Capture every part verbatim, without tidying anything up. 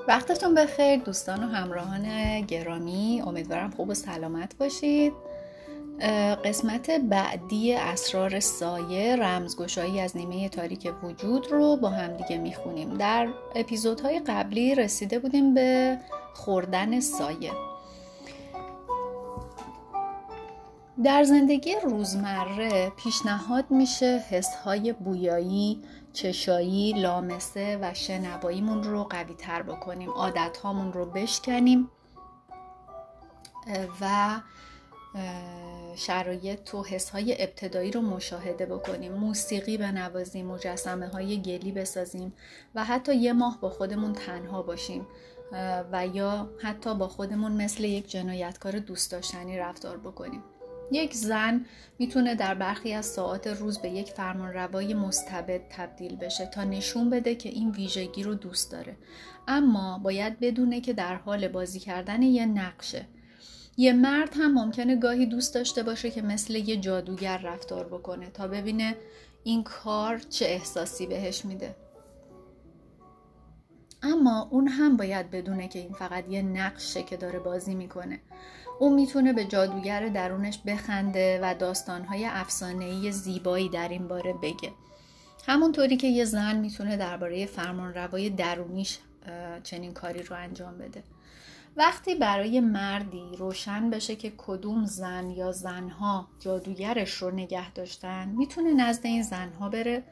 وقتتون بخیر دوستان و همراهان گرامی، امیدوارم خوب و سلامت باشید. قسمت بعدی اسرار سایه، رمزگشایی از نیمه تاریک وجود رو با هم دیگه میخونیم. در اپیزودهای قبلی رسیده بودیم به خوردن سایه. در زندگی روزمره پیشنهاد میشه حسهای بویایی، چشایی، لامسه و شنواییمون رو قوی تر بکنیم، عادت هامون رو بشکنیم و شرایط و حسهای ابتدایی رو مشاهده بکنیم، موسیقی بنوازیم، مجسمه های گلی بسازیم و حتی یه ماه با خودمون تنها باشیم و یا حتی با خودمون مثل یک جنایتکار دوست داشتنی رفتار بکنیم. یک زن میتونه در برخی از ساعات روز به یک فرمانروای مستبد تبدیل بشه تا نشون بده که این ویژگی رو دوست داره، اما باید بدونه که در حال بازی کردن یه نقشه. یه مرد هم ممکنه گاهی دوست داشته باشه که مثل یه جادوگر رفتار بکنه تا ببینه این کار چه احساسی بهش میده، اما اون هم باید بدونه که این فقط یه نقشه که داره بازی میکنه. اون میتونه به جادوگر درونش بخنده و داستانهای افسانه‌ای زیبایی در این باره بگه، همونطوری که یه زن میتونه درباره فرمانروای درونیش چنین کاری رو انجام بده. وقتی برای مردی روشن بشه که کدوم زن یا زنها جادوگرش رو نگه داشتن، میتونه نزد این زنها بره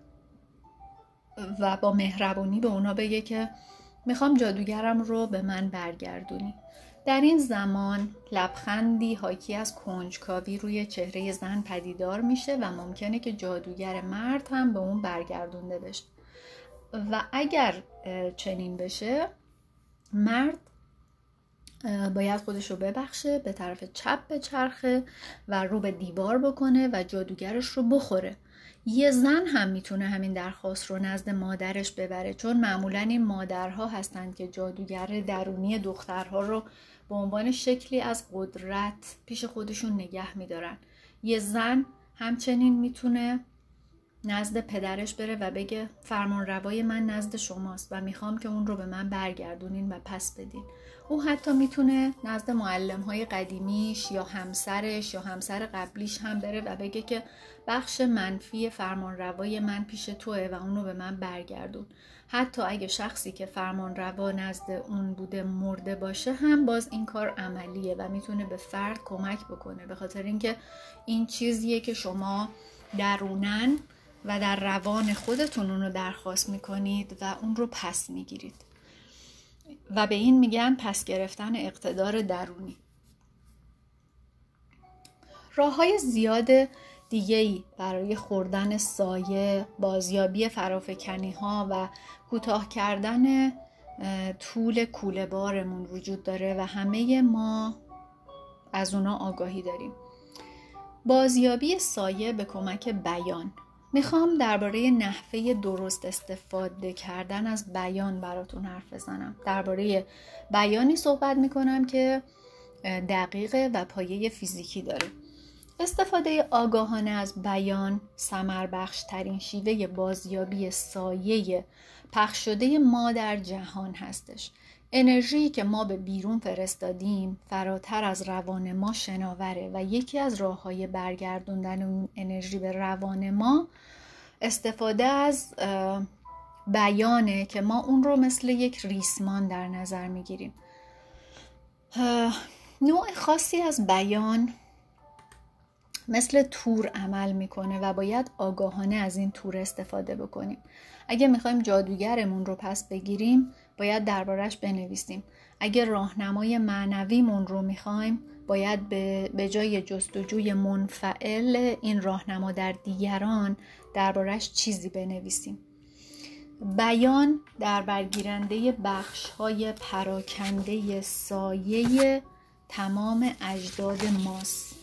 و با مهربونی به اونا بگه که میخوام جادوگرم رو به من برگردونی. در این زمان لبخندی حاکی از کنجکاوی روی چهره زن پدیدار میشه و ممکنه که جادوگر مرد هم به اون برگردونده بشه و اگر چنین بشه، مرد باید خودش رو ببخشه، به طرف چپ بچرخه و رو به دیوار بکنه و جادوگرش رو بخوره. یه زن هم میتونه همین درخواست رو نزد مادرش ببره، چون معمولاً این مادرها هستند که جادوگر درونی دخترها رو به عنوان شکلی از قدرت پیش خودشون نگه میدارن. یه زن همچنین میتونه نزد پدرش بره و بگه فرمانروای من نزد شماست و میخوام که اون رو به من برگردونین و پس بدین. او حتی میتونه نزد معلم‌های قدیمیش یا همسرش یا همسر قبلیش هم بره و بگه که بخش منفی فرمانروای من پیش توه و اون رو به من برگردون. حتی اگه شخصی که فرمانروا نزد اون بوده مرده باشه هم باز این کار عملیه و میتونه به فرد کمک بکنه، به خاطر اینکه این چیزیه که شما درونن و در روان خودتون اون رو درخواست میکنید و اون رو پس میگیرید و به این میگن پس گرفتن اقتدار درونی. راه‌های زیاد دیگه‌ای برای خوردن سایه، بازیابی فرافکنی‌ها و کوتاه کردن طول کوله بارمون وجود داره و همه ما از اونا آگاهی داریم. بازیابی سایه به کمک بیان. میخوام درباره نحوه درست استفاده کردن از بیان براتون حرف بزنم. درباره بیانی صحبت میکنم که دقیقه و پایه فیزیکی داره. استفاده آگاهانه از بیان ثمربخش ترین شیوه بازیابی سایه پخش شده ما در جهان هستش. انرژی که ما به بیرون فرستادیم فراتر از روان ما شناوره و یکی از راه‌های برگردوندن اون انرژی به روان ما استفاده از بیانه که ما اون رو مثل یک ریسمان در نظر میگیریم. نوع خاصی از بیان مثل تور عمل میکنه و باید آگاهانه از این تور استفاده بکنیم. اگه میخوایم جادوگرمون رو پس بگیریم باید دربارش بنویسیم. اگه راهنمای معنویمون رو میخوایم باید به, به جای جستجوی منفعل این راهنما در دیگران دربارش چیزی بنویسیم. بیان در برگیرنده بخش‌های پراکنده سایه تمام اجداد ماست.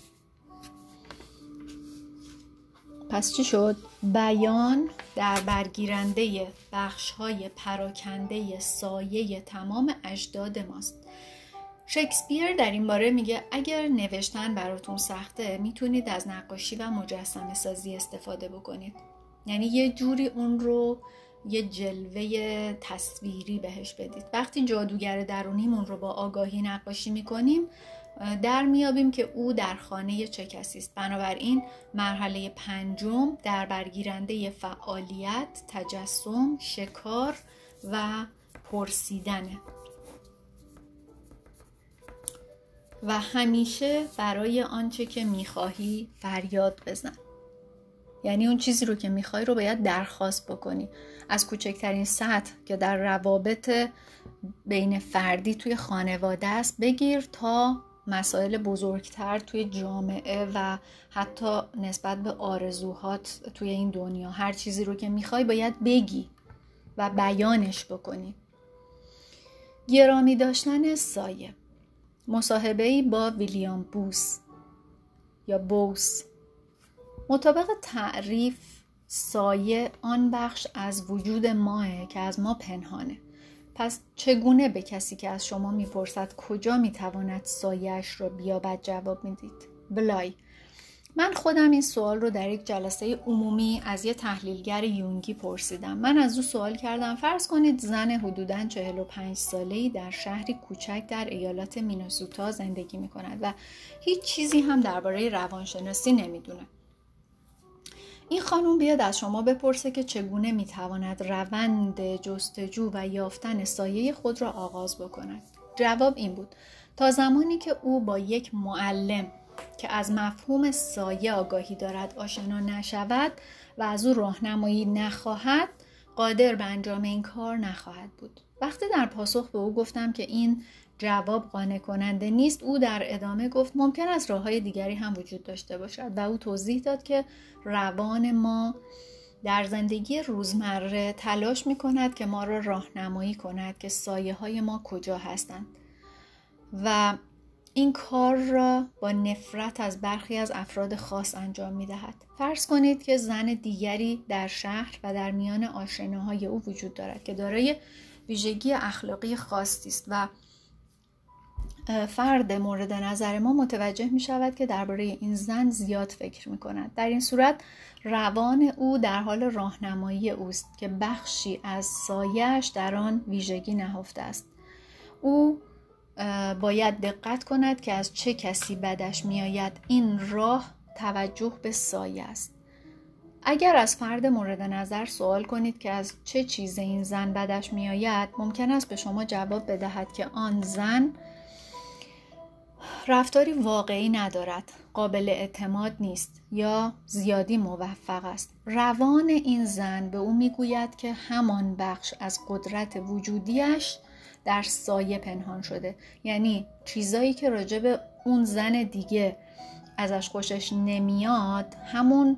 پس چی شد؟ بیان در برگیرنده بخش‌های پراکنده سایه تمام اجداد ماست. شکسپیر در این باره میگه اگر نوشتن براتون سخته میتونید از نقاشی و مجسمه سازی استفاده بکنید. یعنی یه جوری اون رو یه جلوه تصویری بهش بدید. وقتی جادوگر درونیمون رو با آگاهی نقاشی میکنیم در میابیم که او در خانه چه کسی است. بنابراین مرحله پنجم در برگیرنده فعالیت، تجسم، شکار و پرسیدنه و همیشه برای آنچه که میخواهی فریاد بزن. یعنی اون چیزی رو که میخوای رو باید درخواست بکنی، از کوچکترین سطح که در روابط بین فردی توی خانواده است بگیر تا مسائل بزرگتر توی جامعه و حتی نسبت به آرزوهات توی این دنیا. هر چیزی رو که میخوای باید بگی و بیانش بکنی. گرامی داشتن سایه. مصاحبه‌ای با ویلیام بوس یا بوس. مطابق تعریف سایه آن بخش از وجود ماه که از ما پنهانه. پس چگونه به کسی که از شما میپرسد کجا میتواند سایه‌اش را بیابد جواب میدید؟ بلای: من خودم این سوال رو در یک جلسه عمومی از یه تحلیلگر یونگی پرسیدم. من از او سوال کردم فرض کنید زن حدوداً چهل و پنج ساله‌ای در شهری کوچک در ایالت مینسوتا زندگی میکند و هیچ چیزی هم درباره روانشناسی نمیدونه. این خانم بیاد از شما بپرسه که چگونه میتواند روند جستجو و یافتن سایه خود را آغاز بکند. جواب این بود: تا زمانی که او با یک معلم که از مفهوم سایه آگاهی دارد آشنا نشود و از او راهنمایی نخواهد، قادر به انجام این کار نخواهد بود. وقتی در پاسخ به او گفتم که این جواب قانع کننده نیست، او در ادامه گفت ممکن است راه‌های دیگری هم وجود داشته باشد و او توضیح داد که روان ما در زندگی روزمره تلاش می‌کند که ما را راهنمایی کند که سایه‌های ما کجا هستند و این کار را با نفرت از برخی از افراد خاص انجام می‌دهد. فرض کنید که زن دیگری در شهر و در میان آشناهای او وجود دارد که دارای ویژگی اخلاقی خاصی است و فرد مورد نظر ما متوجه می شود که درباره این زن زیاد فکر می کند. در این صورت روان او در حال راهنمایی اوست که بخشی از سایه‌اش در آن ویژگی نهفته است. او باید دقت کند که از چه کسی بدش می آید. این راه توجه به سایه است. اگر از فرد مورد نظر سوال کنید که از چه چیز این زن بدش می آید، ممکن است به شما جواب بدهد که آن زن رفتاری واقعی ندارد، قابل اعتماد نیست یا زیادی موفق است. روان این زن به او میگوید که همان بخش از قدرت وجودیش در سایه پنهان شده. یعنی چیزایی که راجع به اون زن دیگه ازش خوشش نمیاد همون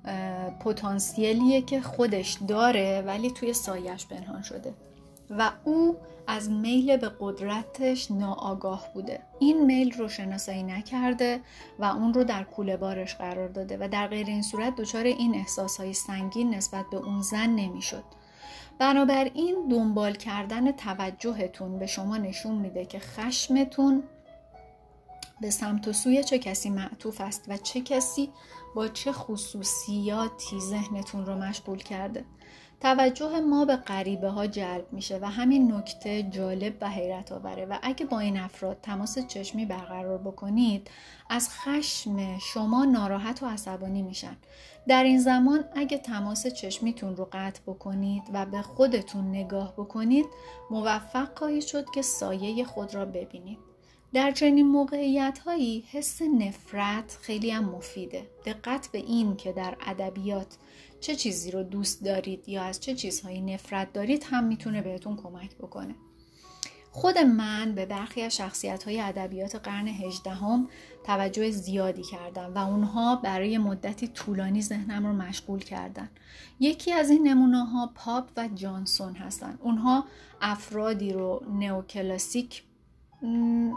پتانسیلیه که خودش داره ولی توی سایه‌اش پنهان شده و او از میل به قدرتش ناآگاه بوده. این میل رو شناسایی نکرده و اون رو در کوله بارش قرار داده و در غیر این صورت دچار این احساسهای سنگین نسبت به اون زن نمیشد. بنابراین دنبال کردن توجهتون به شما نشون میده که خشمتون به سمت و سوی چه کسی معطوف است و چه کسی با چه خصوصیاتی ذهنتون رو مشغول کرده. توجه ما به غریبه ها جلب میشه و همین نکته جالب و حیرت آوره و اگه با این افراد تماس چشمی برقرار بکنید از خشم شما ناراحت و عصبانی میشن. در این زمان اگه تماس چشمیتون رو قطع بکنید و به خودتون نگاه بکنید موفق خواهید شد که سایه خود را ببینید. در چنین موقعیت هایی حس نفرت خیلی هم مفیده. دقت به این که در ادبیات چه چیزی رو دوست دارید یا از چه چیزهایی نفرت دارید هم میتونه بهتون کمک بکنه. خود من به برخی از شخصیت‌های ادبیات قرن هجدهم توجه زیادی کردم و اونها برای مدتی طولانی ذهنم رو مشغول کردن. یکی از این نمونه‌ها پاپ و جانسون هستن. اونها افرادی رو نئوکلاسیک م...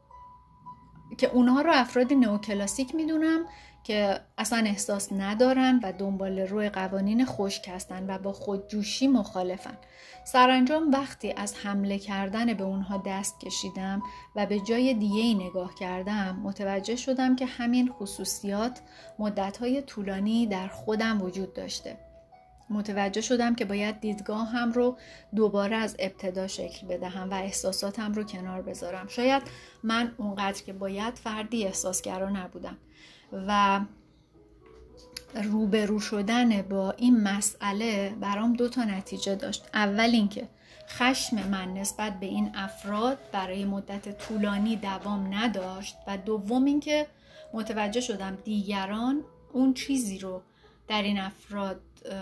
که اونها رو افرادی نئوکلاسیک میدونم که اصلا احساس ندارن و دنبال روی قوانین خشک هستن و با خودجوشی مخالفن. سرانجام وقتی از حمله کردن به اونها دست کشیدم و به جای دیگه ای نگاه کردم متوجه شدم که همین خصوصیات مدتهای طولانی در خودم وجود داشته. متوجه شدم که باید دیدگاه هم رو دوباره از ابتدا شکل بدهم و احساساتم رو کنار بذارم. شاید من اونقدر که باید فردی احساسگرا نبودم و روبرو شدن با این مسئله برام دو تا نتیجه داشت. اول اینکه خشم من نسبت به این افراد برای مدت طولانی دوام نداشت و دوم اینکه متوجه شدم دیگران اون چیزی رو در این افراد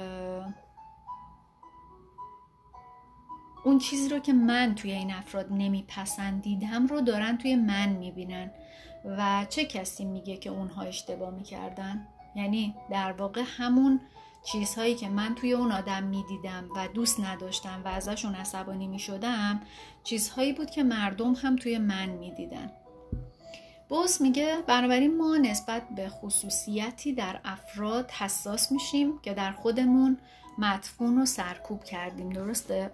اون چیزی رو که من توی این افراد نمیپسندیدم رو دارن توی من میبینن. و چه کسی میگه که اونها اشتباه میکردن؟ یعنی در واقع همون چیزهایی که من توی اون آدم میدیدم و دوست نداشتم و ازشون عصبانی میشدم چیزهایی بود که مردم هم توی من میدیدن. بوس میگه بنابراین ما نسبت به خصوصیتی در افراد حساس میشیم که در خودمون مدفون و سرکوب کردیم. درسته؟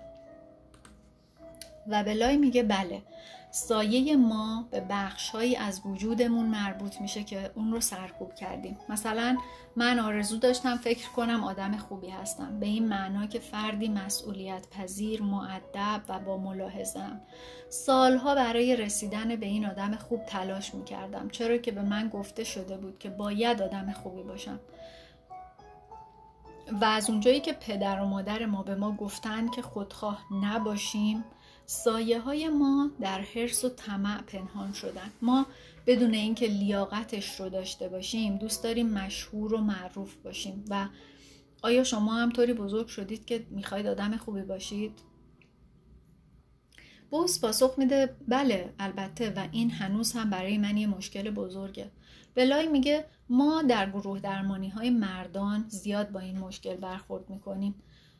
و بلای میگه بله، سایه ما به بخش‌هایی از وجودمون مربوط میشه که اون رو سرکوب کردیم. مثلا من آرزو داشتم فکر کنم آدم خوبی هستم، به این معنا که فردی مسئولیت پذیر، مؤدب و با ملاحظه‌ام. سالها برای رسیدن به این آدم خوب تلاش میکردم، چرا که به من گفته شده بود که باید آدم خوبی باشم. و از اونجایی که پدر و مادر ما به ما گفتن که خودخواه نباشیم، سایه های ما در حرص و طمع پنهان شدن. ما بدون اینکه لیاقتش رو داشته باشیم دوست داریم مشهور و معروف باشیم. و آیا شما هم طوری بزرگ شدید که میخواید آدم خوبی باشید؟ بوس پاسخ میده بله البته، و این هنوز هم برای من یه مشکل بزرگه. بلای میگه ما در گروه درمانی های مردان زیاد با این مشکل برخورد میکنیم.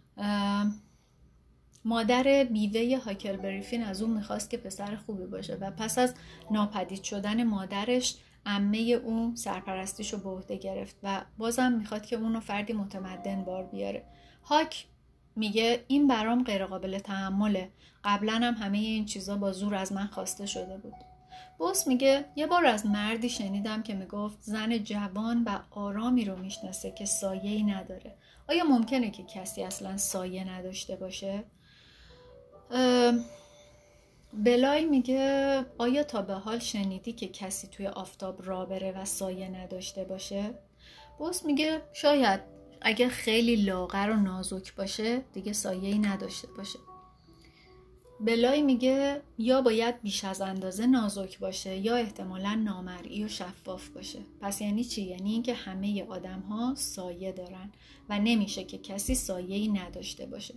مادر بیوه هاکلبری فین از اون میخواست که پسر خوبی باشه و پس از ناپدید شدن مادرش عمه اون سرپرستیشو به عهده گرفت و بازم میخواد که اونو فردی متمدن بار بیاره. هاک میگه این برام غیر قابل تحمله، قبلا هم همه این چیزا با زور از من خواسته شده بود. بوس میگه یه بار از مردی شنیدم که میگفت زن جوان و آرامی رو میشناسه که سایه‌ای نداره. آیا ممکنه که کسی اصلا سایه نداشته باشه؟ بلای میگه آیا تا به حال شنیدی که کسی توی آفتاب راه بره و سایه نداشته باشه؟ بوس میگه شاید، اگه خیلی لاغر و نازک باشه دیگه سایه‌ای نداشته باشه. بلای میگه یا باید بیش از اندازه نازک باشه یا احتمالاً نامرئی و شفاف باشه. پس یعنی چی؟ یعنی اینکه همه آدم ها سایه دارن و نمیشه که کسی سایه‌ای نداشته باشه.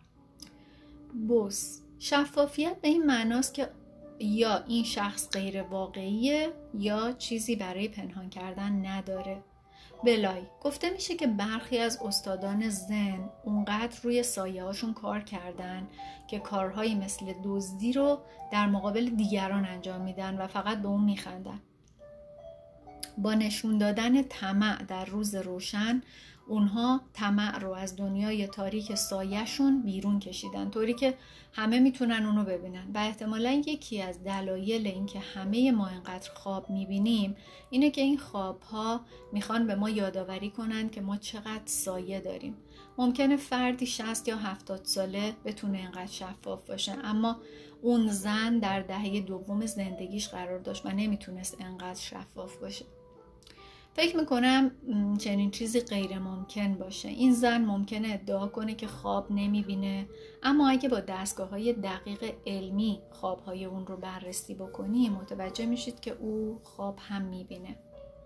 بوس شفافیت به این معناست که یا این شخص غیر واقعیه یا چیزی برای پنهان کردن نداره. بلای گفته میشه که برخی از استادان زن اونقدر روی سایه هاشون کار کردن که کارهایی مثل دزدی رو در مقابل دیگران انجام میدن و فقط به اون میخندن. با نشون دادن طمع در روز روشن اونها طمع رو از دنیای تاریک سایه‌شون بیرون کشیدن، طوری که همه میتونن اونو ببینن. و احتمالاً یکی از دلایل اینکه همه ما اینقدر خواب میبینیم اینه که این خوابها میخوان به ما یادآوری کنن که ما چقدر سایه داریم. ممکنه فردی شصت یا هفتاد ساله بتونه اینقدر شفاف باشه، اما اون زن در دهه دوم زندگیش قرار داشت و نمیتونست اینقدر شفاف باشه. فکر میکنم چنین چیزی غیر ممکن باشه. این زن ممکنه ادعا کنه که خواب نمیبینه، اما اگه با دستگاه‌های دقیق علمی خوابهای اون رو بررسی بکنی متوجه میشید که او خواب هم میبینه.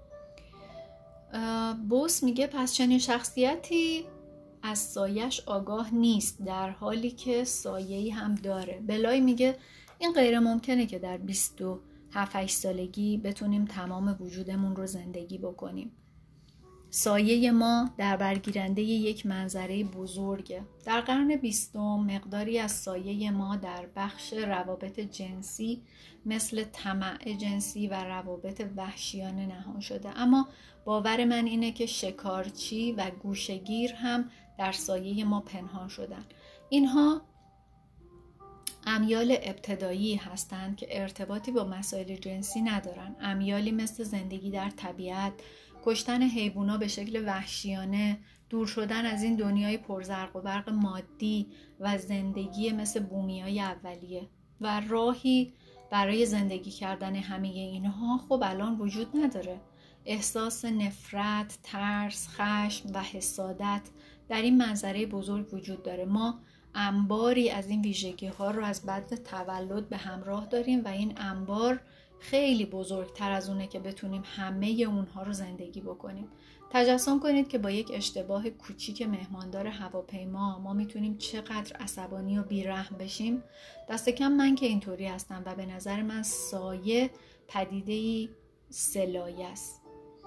بوس میگه پس چنین شخصیتی از سایش آگاه نیست در حالی که سایه‌ای هم داره. بلای میگه این غیر ممکنه که در بیست و هفت هشت سالگی بتونیم تمام وجودمون رو زندگی بکنیم. سایه ما در برگیرنده یک منظره بزرگه. در قرن بیستم مقداری از سایه ما در بخش روابط جنسی مثل طمع جنسی و روابط وحشیانه نهان شده، اما باور من اینه که شکارچی و گوشه‌گیر هم در سایه ما پنهان شدن. اینها امیال ابتدایی هستند که ارتباطی با مسائل جنسی ندارن. امیالی مثل زندگی در طبیعت، کشتن حیوونا به شکل وحشیانه، دور شدن از این دنیای پرزرق و برق مادی و زندگی مثل بومیای اولیه و راهی برای زندگی کردن همه اینها خب الان وجود نداره. احساس نفرت، ترس، خشم و حسادت در این منظره بزرگ وجود داره. ما انباری از این ویژگی ها رو از بعد تولد به همراه داریم و این انبار خیلی بزرگتر از اونه که بتونیم همه اونها رو زندگی بکنیم. تجسم کنید که با یک اشتباه کوچیک مهماندار هواپیما ما میتونیم چقدر عصبانی و بیرحم بشیم. دست کم من که اینطوری هستم و به نظر من سایه پدیده‌ای سلایه است.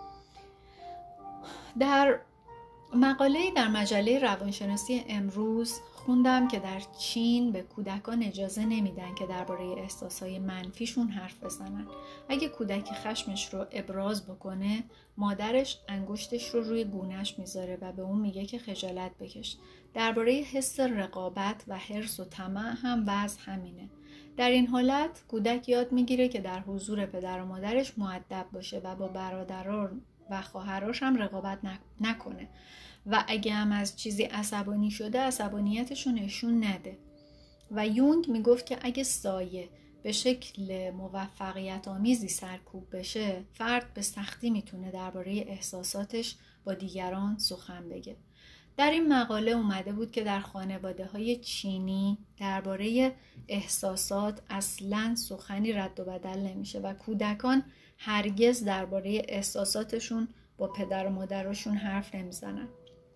در مقاله‌ای در مجله روانشناسی امروز خوندم که در چین به کودکان اجازه نمیدن که درباره احساسهای منفیشون حرف بزنن. اگه کودک خشمش رو ابراز بکنه، مادرش انگشتش رو روی گونه‌اش میذاره و به اون میگه که خجالت بکش. درباره حس رقابت و حرص و طمع هم وضع همینه. در این حالت کودک یاد میگیره که در حضور پدر و مادرش مؤدب باشه و با برادران و خواهرش هم رقابت نکنه و اگه هم از چیزی عصبانی شده عصبانیتش رو نشون نده. و یونگ میگفت که اگه سایه به شکل موفقیت آمیزی سرکوب بشه، فرد به سختی میتونه درباره احساساتش با دیگران سخن بگه. در این مقاله اومده بود که در خانواده‌های چینی درباره احساسات اصلاً سخنی رد و بدل نمیشه و کودکان هرگز درباره احساساتشون با پدر و مادرشون حرف نمیزنن.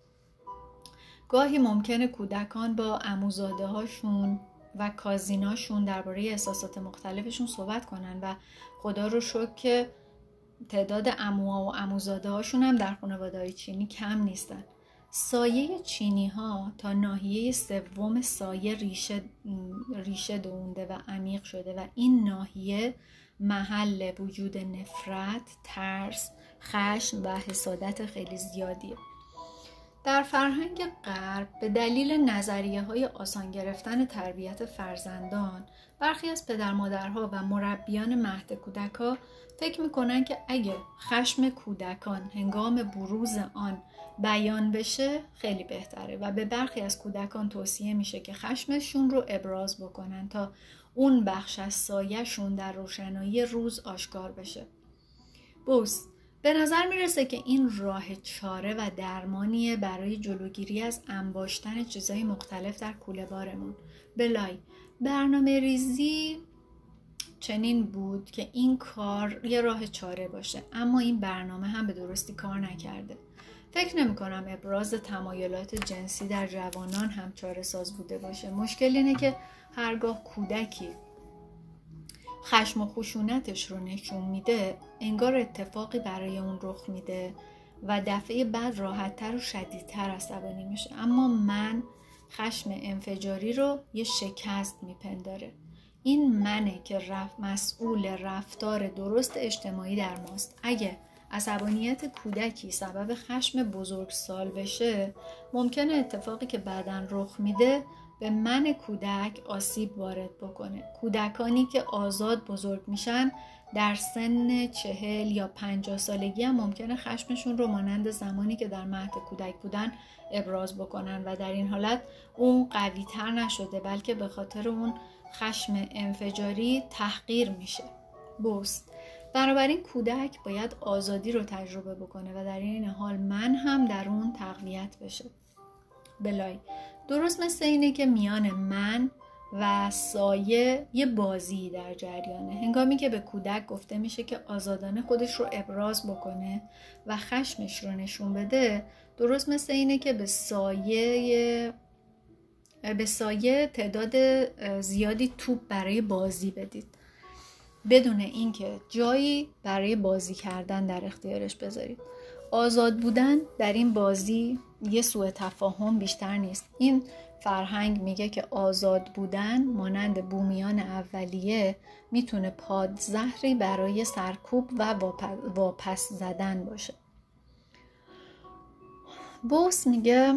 گاهی ممکنه کودکان با عموزاده‌هاشون و کازیناشون درباره احساسات مختلفشون صحبت کنن و خدا رو شکر که تعداد عموها و عموزاده‌هاشون هم در خانواده‌های چینی کم نیستن. سایه چینی ها تا ناحیه سوم سایه ریشه, ریشه دونده و عمیق شده و این ناحیه محل وجود نفرت، ترس، خشم و حسادت خیلی زیادیه. در فرهنگ غرب به دلیل نظریه های آسان گرفتن تربیت فرزندان، برخی از پدر مادرها و مربیان مهد کودک‌ها فکر میکنن که اگه خشم کودکان هنگام بروز آن بیان بشه خیلی بهتره و به برخی از کودکان توصیه میشه که خشمشون رو ابراز بکنن تا اون بخش از سایه‌شون در روشنایی روز آشکار بشه. بوس به نظر میرسه که این راه چاره و درمانیه برای جلوگیری از انباشتن چیزهای مختلف در کوله بارمون. بلای برنامه ریزی چنین بود که این کار یه راه چاره باشه، اما این برنامه هم به درستی کار نکرده. فکر نمی کنم ابراز تمایلات جنسی در جوانان هم چاره ساز بوده باشه. مشکل اینه که هرگاه کودکی خشم و خشونتش رو نشون میده، انگار اتفاقی برای اون رخ میده و دفعه بعد راحت‌تر و شدیدتر عصبانی میشه. اما من خشم انفجاری رو یه شکست میپنداره. این منه که رف... مسئول رفتار درست اجتماعی در ماست. اگه عصبانیت کودکی سبب خشم بزرگسال بشه، ممکنه اتفاقی که بعداً رخ میده به من کودک آسیب وارد بکنه. کودکانی که آزاد بزرگ میشن در سن چهل یا پنجاه سالگی هم ممکنه خشمشون رو مانند زمانی که در مهد کودک بودن ابراز بکنن و در این حالت اون قوی تر نشده بلکه به خاطر اون خشم انفجاری تحقیر میشه. بوس بنابراین کودک باید آزادی رو تجربه بکنه و در این حال من هم در اون تقویت بشه. بلای درست مثل اینه که میان من و سایه یه بازی در جریانه. هنگامی که به کودک گفته میشه که آزادانه خودش رو ابراز بکنه و خشمش رو نشون بده، درست مثل اینه که به سایه به سایه تعداد زیادی توپ برای بازی بدید بدون اینکه جایی برای بازی کردن در اختیارش بذارید. آزاد بودن در این بازی یه سوء تفاهم بیشتر نیست. این فرهنگ میگه که آزاد بودن مانند بومیان اولیه میتونه پادزهری برای سرکوب و واپس زدن باشه. بوس میگه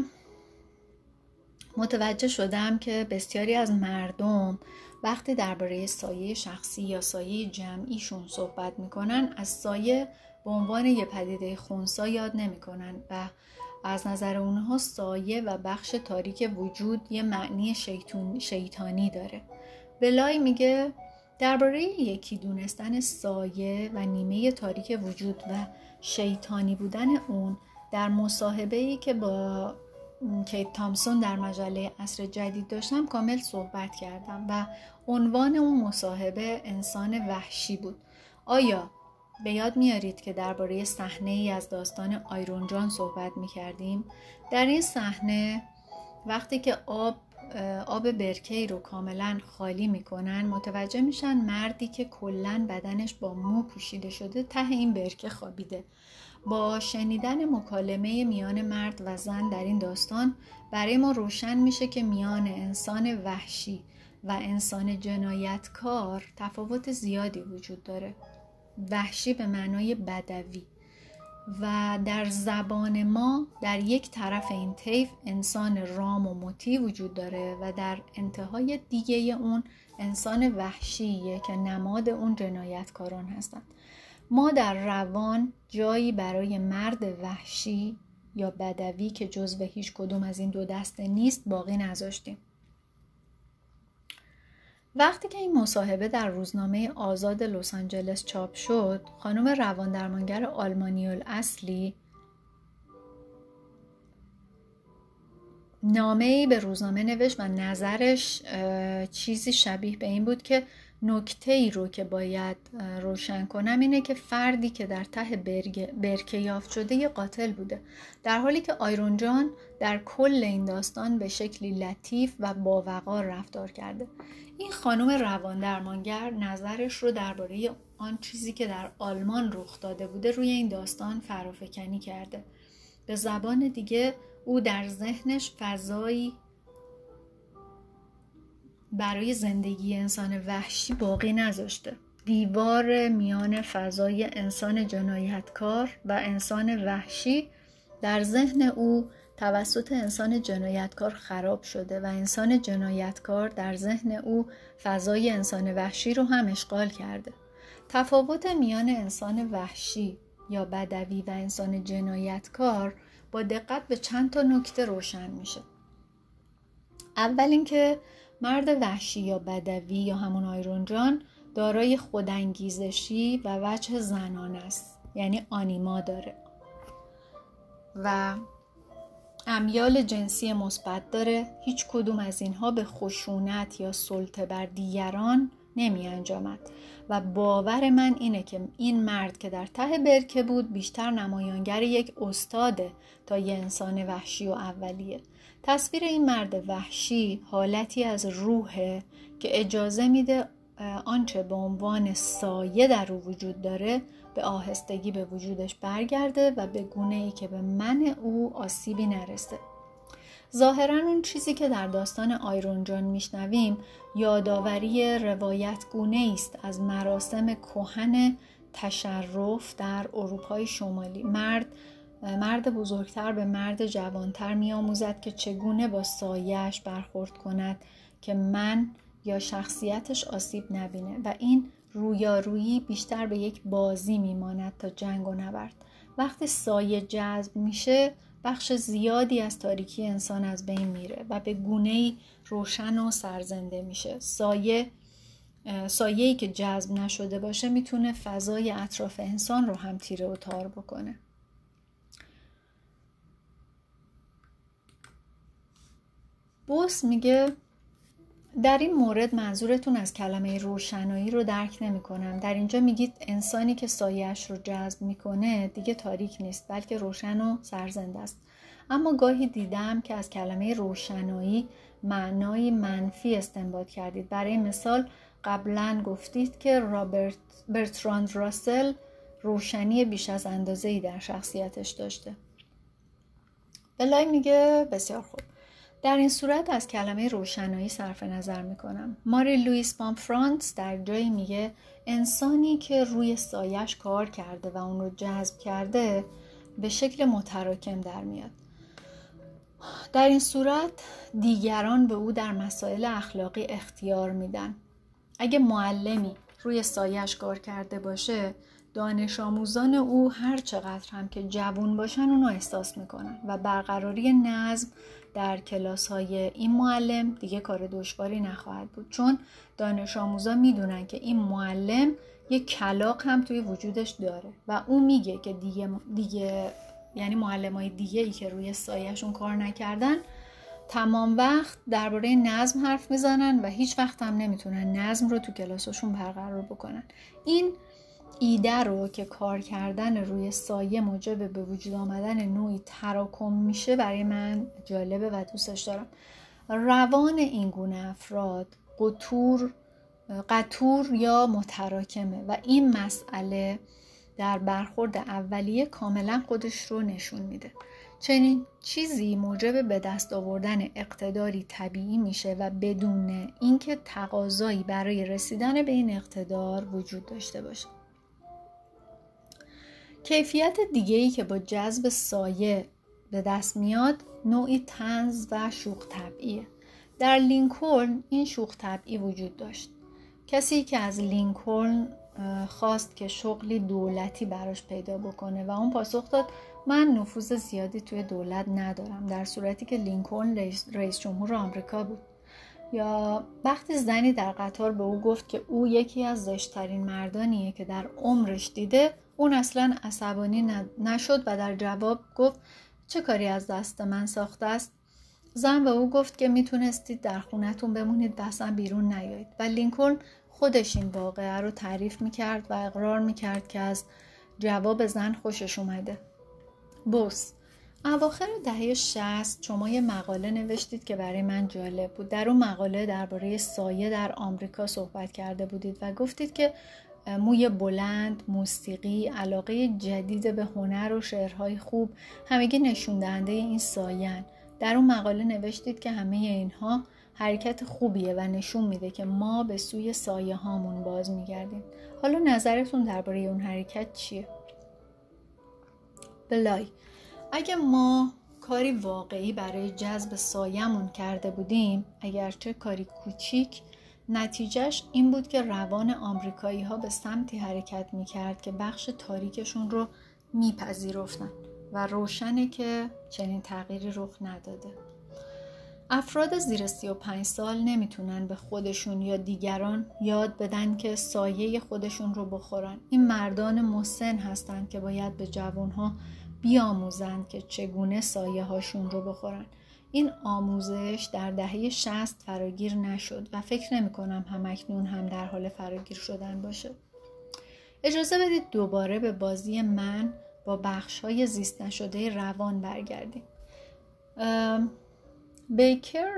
متوجه شدم که بسیاری از مردم وقتی درباره سایه شخصی یا سایه جمعیشون صحبت میکنن از سایه به عنوان یه پدیده خنثی یاد نمیکنن و از نظر اونها سایه و بخش تاریک وجود یه معنی شیطون شیطانی داره. بلای میگه درباره یکی دونستن سایه و نیمه تاریک وجود و شیطانی بودن اون در مصاحبه‌ای که با کیت تامسون در مجله عصر جدید داشتم کامل صحبت کردم و عنوان اون مصاحبه انسان وحشی بود. آیا به یاد میارید که درباره صحنه‌ای از داستان آیرون جان صحبت می‌کردیم؟ در این صحنه وقتی که آب آب برکه‌ای رو کاملا خالی میکنن متوجه میشن مردی که کلاً بدنش با مو پوشیده شده ته این برکه خوابیده. با شنیدن مکالمه میان مرد و زن در این داستان برای ما روشن میشه که میان انسان وحشی و انسان جنایتکار تفاوت زیادی وجود داره. وحشی به معنای بدوی و در زبان ما در یک طرف این طیف انسان رام و مطیع وجود داره و در انتهای دیگه اون انسان وحشیه که نماد اون جنایتکاران هستند. ما در روان جایی برای مرد وحشی یا بدوی که جزو هیچ کدوم از این دو دسته نیست باقی نذاشتیم. وقتی که این مصاحبه در روزنامه آزاد لس آنجلس چاپ شد، خانم روان درمانگر آلمانی الاصلی نامه‌ای به روزنامه نوشت و نظرش چیزی شبیه به این بود که نکته‌ای رو که باید روشن کنم اینه که فردی که در ته برکه یافت شده یه قاتل بوده، در حالی که آیرون جان در کل این داستان به شکلی لطیف و باوقار رفتار کرده. این خانم روان درمانگر نظرش رو درباره آن چیزی که در آلمان رخ داده بوده روی این داستان فرافکنی کرده. به زبان دیگه او در ذهنش فضایی برای زندگی انسان وحشی باقی نذاشته. دیوار میان فضای انسان جنایتکار و انسان وحشی در ذهن او توسط انسان جنایتکار خراب شده و انسان جنایتکار در ذهن او فضای انسان وحشی رو هم اشغال کرده. تفاوت میان انسان وحشی یا بدوی و انسان جنایتکار با دقت به چند تا نکته روشن میشه. اول اینکه مرد وحشی یا بدوی یا همون آیرون جان دارای خودانگیزشی و وجه زنانه است، یعنی آنیما داره و امیال جنسی مثبت داره. هیچ کدوم از اینها به خشونت یا سلطه بر دیگران نمی انجامد و باور من اینه که این مرد که در ته برکه بود بیشتر نمایانگر یک استاده تا یه انسان وحشی و اولیه. تصویر این مرد وحشی حالتی از روحه که اجازه میده آنچه به عنوان سایه در او وجود داره به آهستگی به وجودش برگرده و به گونه‌ای که به من او آسیبی نرسه. ظاهراً اون چیزی که در داستان آیرون جان میشنویم یادآوری روایت گونه‌ای است از مراسم کهن تشرف در اروپای شمالی. مرد مرد بزرگتر به مرد جوانتر می‌آموزد که چگونه با سایه‌اش برخورد کند که من یا شخصیتش آسیب نبینه و این رویارویی بیشتر به یک بازی میماند تا جنگ و نبرد. وقتی سایه جذب میشه بخش زیادی از تاریکی انسان از بین میره و به گونه‌ای روشن و سرزنده میشه. سایه سایه‌ای که جذب نشده باشه میتونه فضای اطراف انسان رو هم تیره و تار بکنه. بوس میگه در این مورد منظورتون از کلمه روشنایی رو درک نمی کنم. در اینجا میگید انسانی که سایه‌اش رو جذب میکنه دیگه تاریک نیست بلکه روشن و سرزنده است. اما گاهی دیدم که از کلمه روشنایی معنای منفی استنباط کردید. برای مثال قبلا گفتید که رابرت برتراند راسل روشنی بیش از اندازه‌ای در شخصیتش داشته. بلای میگه بسیار خوب. در این صورت از کلمه روشنایی صرف نظر میکنم. ماری لوئیس پامفرانس در جایی میگه انسانی که روی سایش کار کرده و اون رو جذب کرده به شکل متراکم در میاد. در این صورت دیگران به او در مسائل اخلاقی اختیار میدن. اگه معلمی روی سایش کار کرده باشه دانش آموزان او هر چقدر هم که جوان باشن اونو احساس میکنن و برقراری نظم در کلاس های این معلم دیگه کار دشواری نخواهد بود، چون دانش آموزان میدونن که این معلم یک کلاغ هم توی وجودش داره و اون میگه که دیگه, دیگه یعنی معلم های دیگه ای که روی سایه‌شون کار نکردن تمام وقت درباره نظم حرف میزنن و هیچ وقت هم نمیتونن نظم رو تو کلاسشون برقرار بکنن. این ایده رو که کار کردن روی سایه موجب به وجود آمدن نوعی تراکم میشه برای من جالبه و دوستش دارم. روان این گونه افراد قطور قطور یا متراکمه و این مسئله در برخورد اولیه کاملا خودش رو نشون میده. چنین چیزی موجب به دست آوردن اقتداری طبیعی میشه و بدون اینکه تقاضایی برای رسیدن به این اقتدار وجود داشته باشه. کیفیت دیگه‌ای که با جذب سایه به دست میاد نوعی طنز و شوخ طبعیه. در لینکلن این شوخ طبعی وجود داشت. کسی که از لینکلن خواست که شغلی دولتی براش پیدا بکنه و اون پاسخ داد من نفوذ زیادی توی دولت ندارم، در صورتی که لینکلن رئیس, رئیس جمهور آمریکا بود. یا وقتی زنی در قطار به او گفت که او یکی از زشت‌ترین مردانیه که در عمرش دیده، اون اصلا عصبانی نشد و در جواب گفت چه کاری از دست من ساخته است؟ زن به او گفت که میتونستید در خونتون بمونید و اصلا بیرون نیایید و لینکلن خودش این واقعه رو تعریف میکرد و اقرار میکرد که از جواب زن خوشش اومده. بوس، اواخر دهه شصت شما یه مقاله نوشتید که برای من جالب بود. در اون مقاله درباره سایه در آمریکا صحبت کرده بودید و گفتید که موی بلند، موسیقی، علاقه جدید به هنر و شعرهای خوب همگی نشون دهنده این سایه‌اند. در اون مقاله نوشتید که همه اینها حرکت خوبیه و نشون میده که ما به سوی سایه هامون باز میگردیم. حالا نظرتون درباره اون حرکت چیه؟ بلای، اگه ما کاری واقعی برای جذب سایه‌مون کرده بودیم، اگرچه کاری کوچیک، نتیجهش این بود که روان آمریکایی ها به سمتی حرکت میکرد که بخش تاریکشون رو میپذیرفتن و روشنه که چنین تغییری رخ نداده. افراد زیر سی و پنج سال نمیتونن به خودشون یا دیگران یاد بدن که سایه خودشون رو بخورن. این مردان مسن هستن که باید به جوانها بیاموزند که چگونه سایه هاشون رو بخورن. این آموزش در دهه شصت فراگیر نشد و فکر نمی کنم همکنون هم در حال فراگیر شدن باشه. اجازه بدید دوباره به بازی من با بخش‌های زیست نشده روان برگردیم. بیکر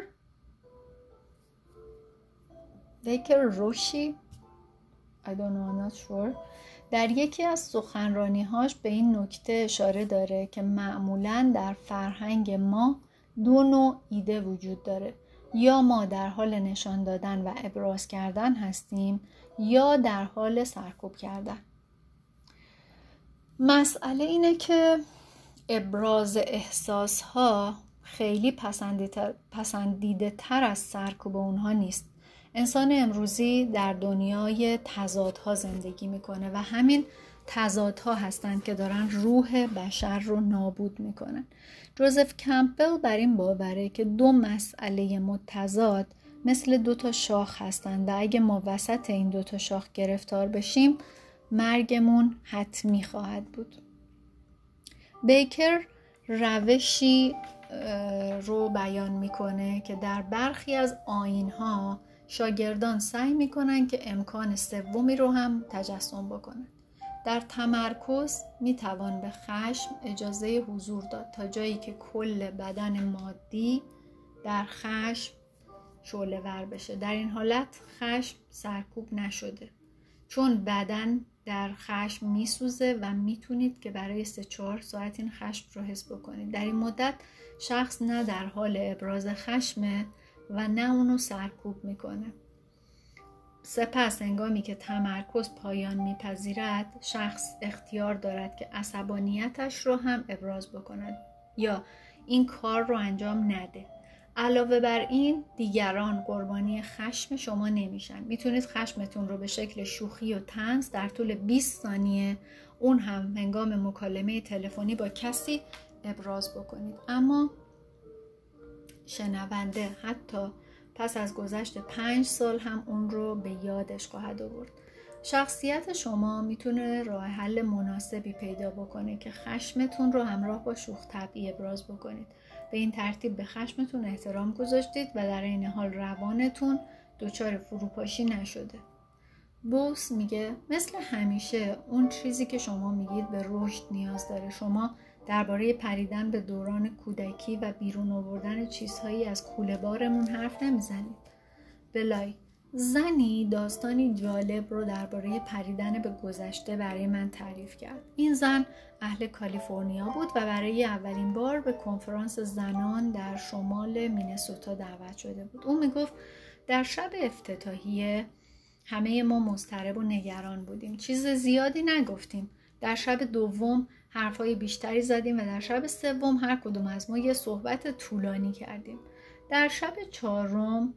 بیکر روشی I don't know, I'm not sure در یکی از سخنرانی‌هاش به این نکته اشاره داره که معمولاً در فرهنگ ما دو نوع ایده وجود داره. یا ما در حال نشان دادن و ابراز کردن هستیم یا در حال سرکوب کردن. مسئله اینه که ابراز احساسها خیلی پسندیده تر از سرکوب اونها نیست. انسان امروزی در دنیای تضادها زندگی میکنه و همین تضادها هستند که دارن روح بشر رو نابود میکنن. جوزف کمپبل بر این باوره که دو مسئله متضاد مثل دو تا شاخ هستند و اگه ما وسط این دو تا شاخ گرفتار بشیم مرگمون حتمی خواهد بود. بیکر روشی رو بیان میکنه که در برخی از آیین‌ها شاگردان سعی میکنن که امکان سومی رو هم تجسم بکنن. در تمرکز میتوان به خشم اجازه حضور داد تا جایی که کل بدن مادی در خشم شعله ور بشه. در این حالت خشم سرکوب نشده، چون بدن در خشم میسوزه و میتونید که برای سه چهار ساعت این خشم رو حس بکنید. در این مدت شخص نه در حال ابراز خشمه و نه اونو سرکوب میکنه. سپس هنگامی که تمرکز پایان میپذیرد شخص اختیار دارد که عصبانیتش رو هم ابراز بکند یا این کار رو انجام نده. علاوه بر این دیگران قربانی خشم شما نمیشن. میتونید خشمتون رو به شکل شوخی و طنز در طول بیست ثانیه، اون هم هنگام مکالمه تلفنی با کسی، ابراز بکنید. اما شنونده حتی پس از گذشت پنج سال هم اون رو به یادش خواهد آورد. شخصیت شما میتونه راه حل مناسبی پیدا بکنه که خشمتون رو همراه با شوخ طبعی ابراز بکنید. به این ترتیب به خشمتون احترام گذاشتید و در این حال روانتون دچار فروپاشی نشده. بوس میگه مثل همیشه اون چیزی که شما میگید به رشد نیاز داره. شما درباره پریدن به دوران کودکی و بیرون آوردن چیزهایی از کوله بارمون حرف نمیزنید. بلای، زنی داستانی جالب رو درباره پریدن به گذشته برای من تعریف کرد. این زن اهل کالیفرنیا بود و برای اولین بار به کنفرانس زنان در شمال مینسوتا دعوت شده بود. اون میگفت در شب افتتاحیه همه ما مضطرب و نگران بودیم. چیز زیادی نگفتیم. در شب دوم حرفای بیشتری زدیم و در شب سوم هر کدوم از ما یه صحبت طولانی کردیم. در شب چهارم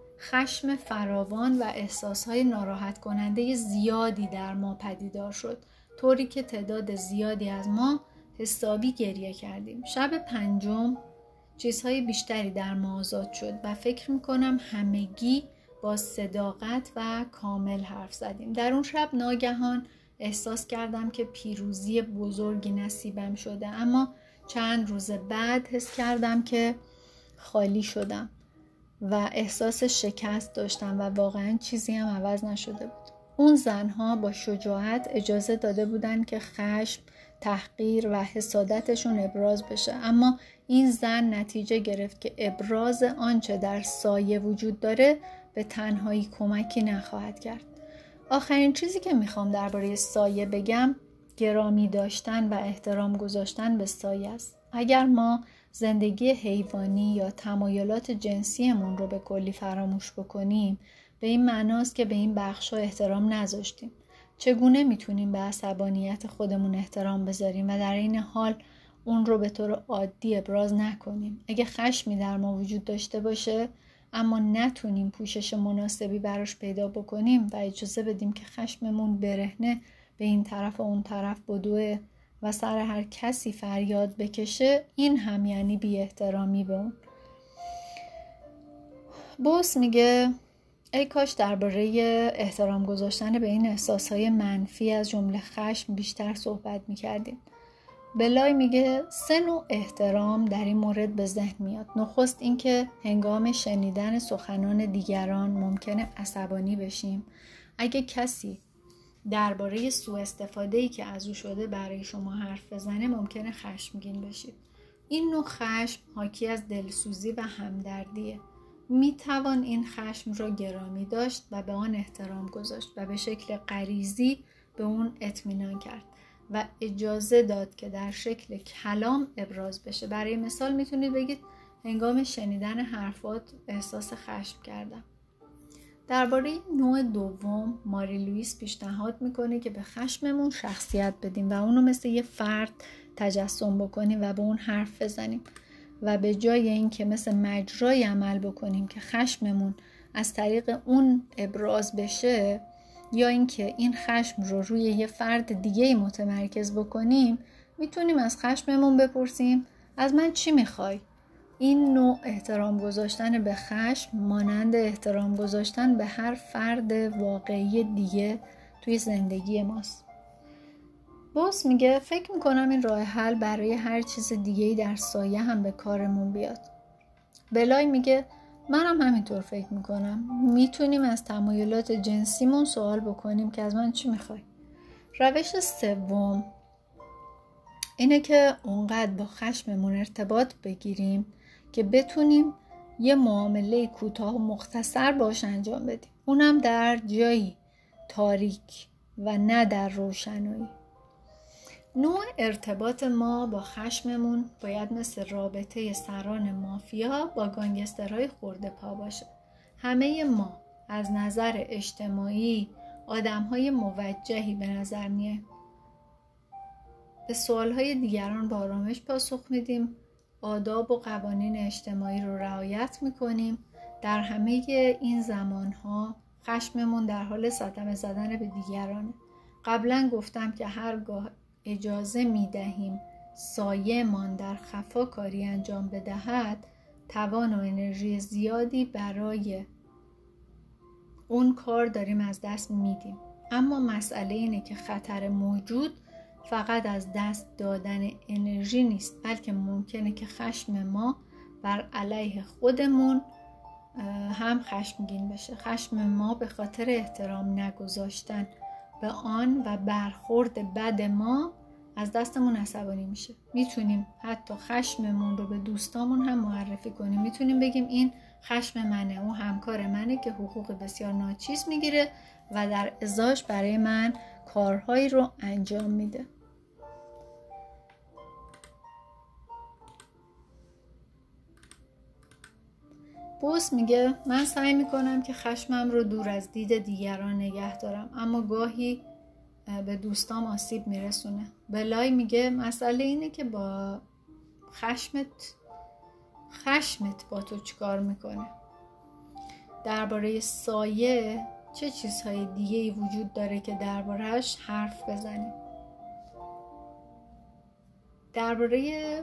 خشم فراوان و احساسهای ناراحت کننده زیادی در ما پدیدار شد، طوری که تعداد زیادی از ما حسابی گریه کردیم. شب پنجم چیزهای بیشتری در ما آزاد شد و فکر میکنم همگی با صداقت و کامل حرف زدیم. در اون شب ناگهان احساس کردم که پیروزی بزرگی نصیبم شده، اما چند روز بعد حس کردم که خالی شدم و احساس شکست داشتم و واقعا چیزی هم عوض نشده بود. اون زنها با شجاعت اجازه داده بودن که خشم، تحقیر و حسادتشون ابراز بشه، اما این زن نتیجه گرفت که ابراز آنچه در سایه وجود داره به تنهایی کمکی نخواهد کرد. آخرین چیزی که میخوام درباره سایه بگم گرامی داشتن و احترام گذاشتن به سایه است. اگر ما زندگی حیوانی یا تمایلات جنسیمون رو به کلی فراموش بکنیم، به این معناست که به این بخش‌ها احترام نذاشتیم. چگونه میتونیم به عصبانیت خودمون احترام بذاریم و در این حال اون رو به طور عادی ابراز نکنیم؟ اگه خشمی در ما وجود داشته باشه اما نتونیم پوشش مناسبی براش پیدا بکنیم و اجازه بدیم که خشممون برهنه به این طرف و اون طرف بدوه و سر هر کسی فریاد بکشه، این هم یعنی بی احترامی به اون. بوس میگه ای کاش درباره احترام گذاشتن به این احساسهای منفی از جمله خشم بیشتر صحبت میکردیم. بلای میگه سه نوع احترام در این مورد به ذهن میاد. نخست این که هنگام شنیدن سخنان دیگران ممکنه عصبانی بشیم. اگه کسی درباره سوء استفاده‌ای که از او شده برای شما حرف بزنه ممکنه خشمگین بشید. این نوع خشم حاکی از دلسوزی و همدردیه. می توان این خشم را گرامی داشت و به آن احترام گذاشت و به شکل غریزی به اون اطمینان کرد و اجازه داد که در شکل کلام ابراز بشه. برای مثال میتونید بگید هنگام شنیدن حرفات احساس خشم کردم. درباره نوع دوم ماری لوئیس پیشنهاد میکنه که به خشممون شخصیت بدیم و اونو مثل یه فرد تجسم بکنیم و به اون حرف بزنیم و به جای این که مثل مجرای عمل بکنیم که خشممون از طریق اون ابراز بشه یا اینکه این خشم رو روی یه فرد دیگه متمرکز بکنیم، میتونیم از خشممون بپرسیم از من چی میخوای؟ این نوع احترام گذاشتن به خشم مانند احترام گذاشتن به هر فرد واقعی دیگه توی زندگی ماست. بوس میگه فکر میکنم این راه حل برای هر چیز دیگه‌ای در سایه هم به کارمون بیاد. بلای میگه منم همینطور فکر میکنم. میتونیم از تمایلات جنسیمون سوال بکنیم که از من چی میخوای؟ روش سوم اینه که اونقدر با خشممون ارتباط بگیریم که بتونیم یه معامله کوتاه و مختصر باش انجام بدیم. اونم در جایی تاریک و نه در روشنایی. نوع ارتباط ما با خشممون باید مثل رابطه سران مافیا با گانگسترهای خورده پا باشه. همه ما از نظر اجتماعی آدم‌های موجهی به نظر میایم. به سوال‌های دیگران با آرامش پاسخ میدیم آداب و قوانین اجتماعی رو رعایت میکنیم. در همه این زمانها خشممون در حال صدمه زدن به دیگرانه. قبلا گفتم که هرگاه اجازه میدهیم سایه‌مان در خفا کاری انجام بدهد، توان و انرژی زیادی برای اون کار داریم از دست میدیم. اما مسئله اینه که خطر موجود فقط از دست دادن انرژی نیست، بلکه ممکنه که خشم ما بر علیه خودمون هم خشمگین بشه. خشم ما به خاطر احترام نگذاشتن به آن و برخورد بد ما از دستمون عصبانی میشه. میتونیم حتی خشممون رو به دوستامون هم معرفی کنیم. میتونیم بگیم این خشم منه، اون همکار منه که حقوق بسیار ناچیز میگیره و در ازاش برای من کارهایی رو انجام میده. بوس میگه من سعی میکنم که خشمم رو دور از دید دیگران نگه دارم، اما گاهی به دوستام آسیب میرسونه. بلای میگه مسئله اینه که با خشمت خشمت با تو چیکار میکنه. درباره سایه چه چیزهای دیگه‌ای وجود داره که درباره‌اش حرف بزنیم؟ درباره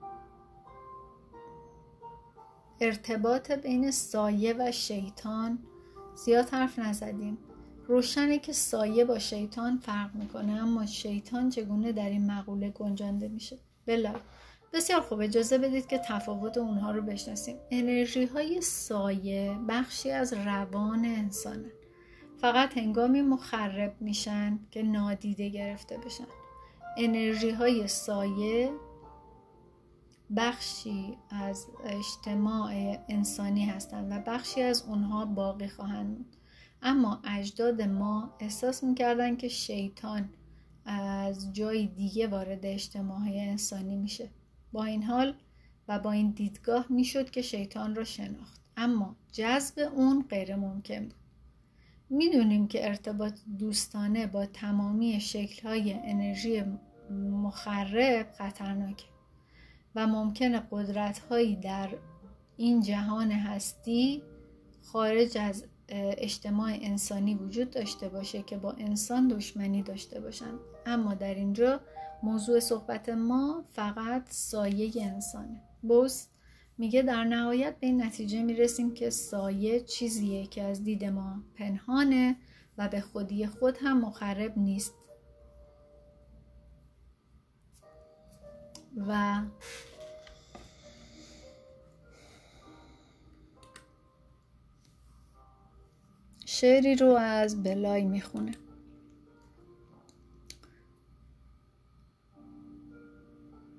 ارتباط بین سایه و شیطان زیاد حرف نزدیم. روشنه که سایه با شیطان فرق میکنه، اما شیطان چگونه در این مقوله گنجانده میشه؟ بلا بسیار خوب، اجازه بدید که تفاوت اونها رو بشناسیم. انرژی های سایه بخشی از روان انسانه، فقط هنگامی مخرب میشن که نادیده گرفته بشن. انرژی های سایه بخشی از اجتماع انسانی هستند و بخشی از اونها باقی خواهند موند. اما اجداد ما احساس میکردن که شیطان از جای دیگه وارد اجتماع انسانی میشه. با این حال و با این دیدگاه میشد که شیطان رو شناخت، اما جذب اون غیر ممکن بود. میدونیم که ارتباط دوستانه با تمامی شکل‌های انرژی مخرب خطرناکه و ممکنه قدرت‌هایی در این جهان هستی خارج از اجتماع انسانی وجود داشته باشه که با انسان دشمنی داشته باشن. اما در اینجا موضوع صحبت ما فقط سایه انسانه. بوس میگه در نهایت به این نتیجه میرسیم که سایه چیزیه که از دید ما پنهانه و به خودی خود هم مخرب نیست و شعری رو از بلای میخونه.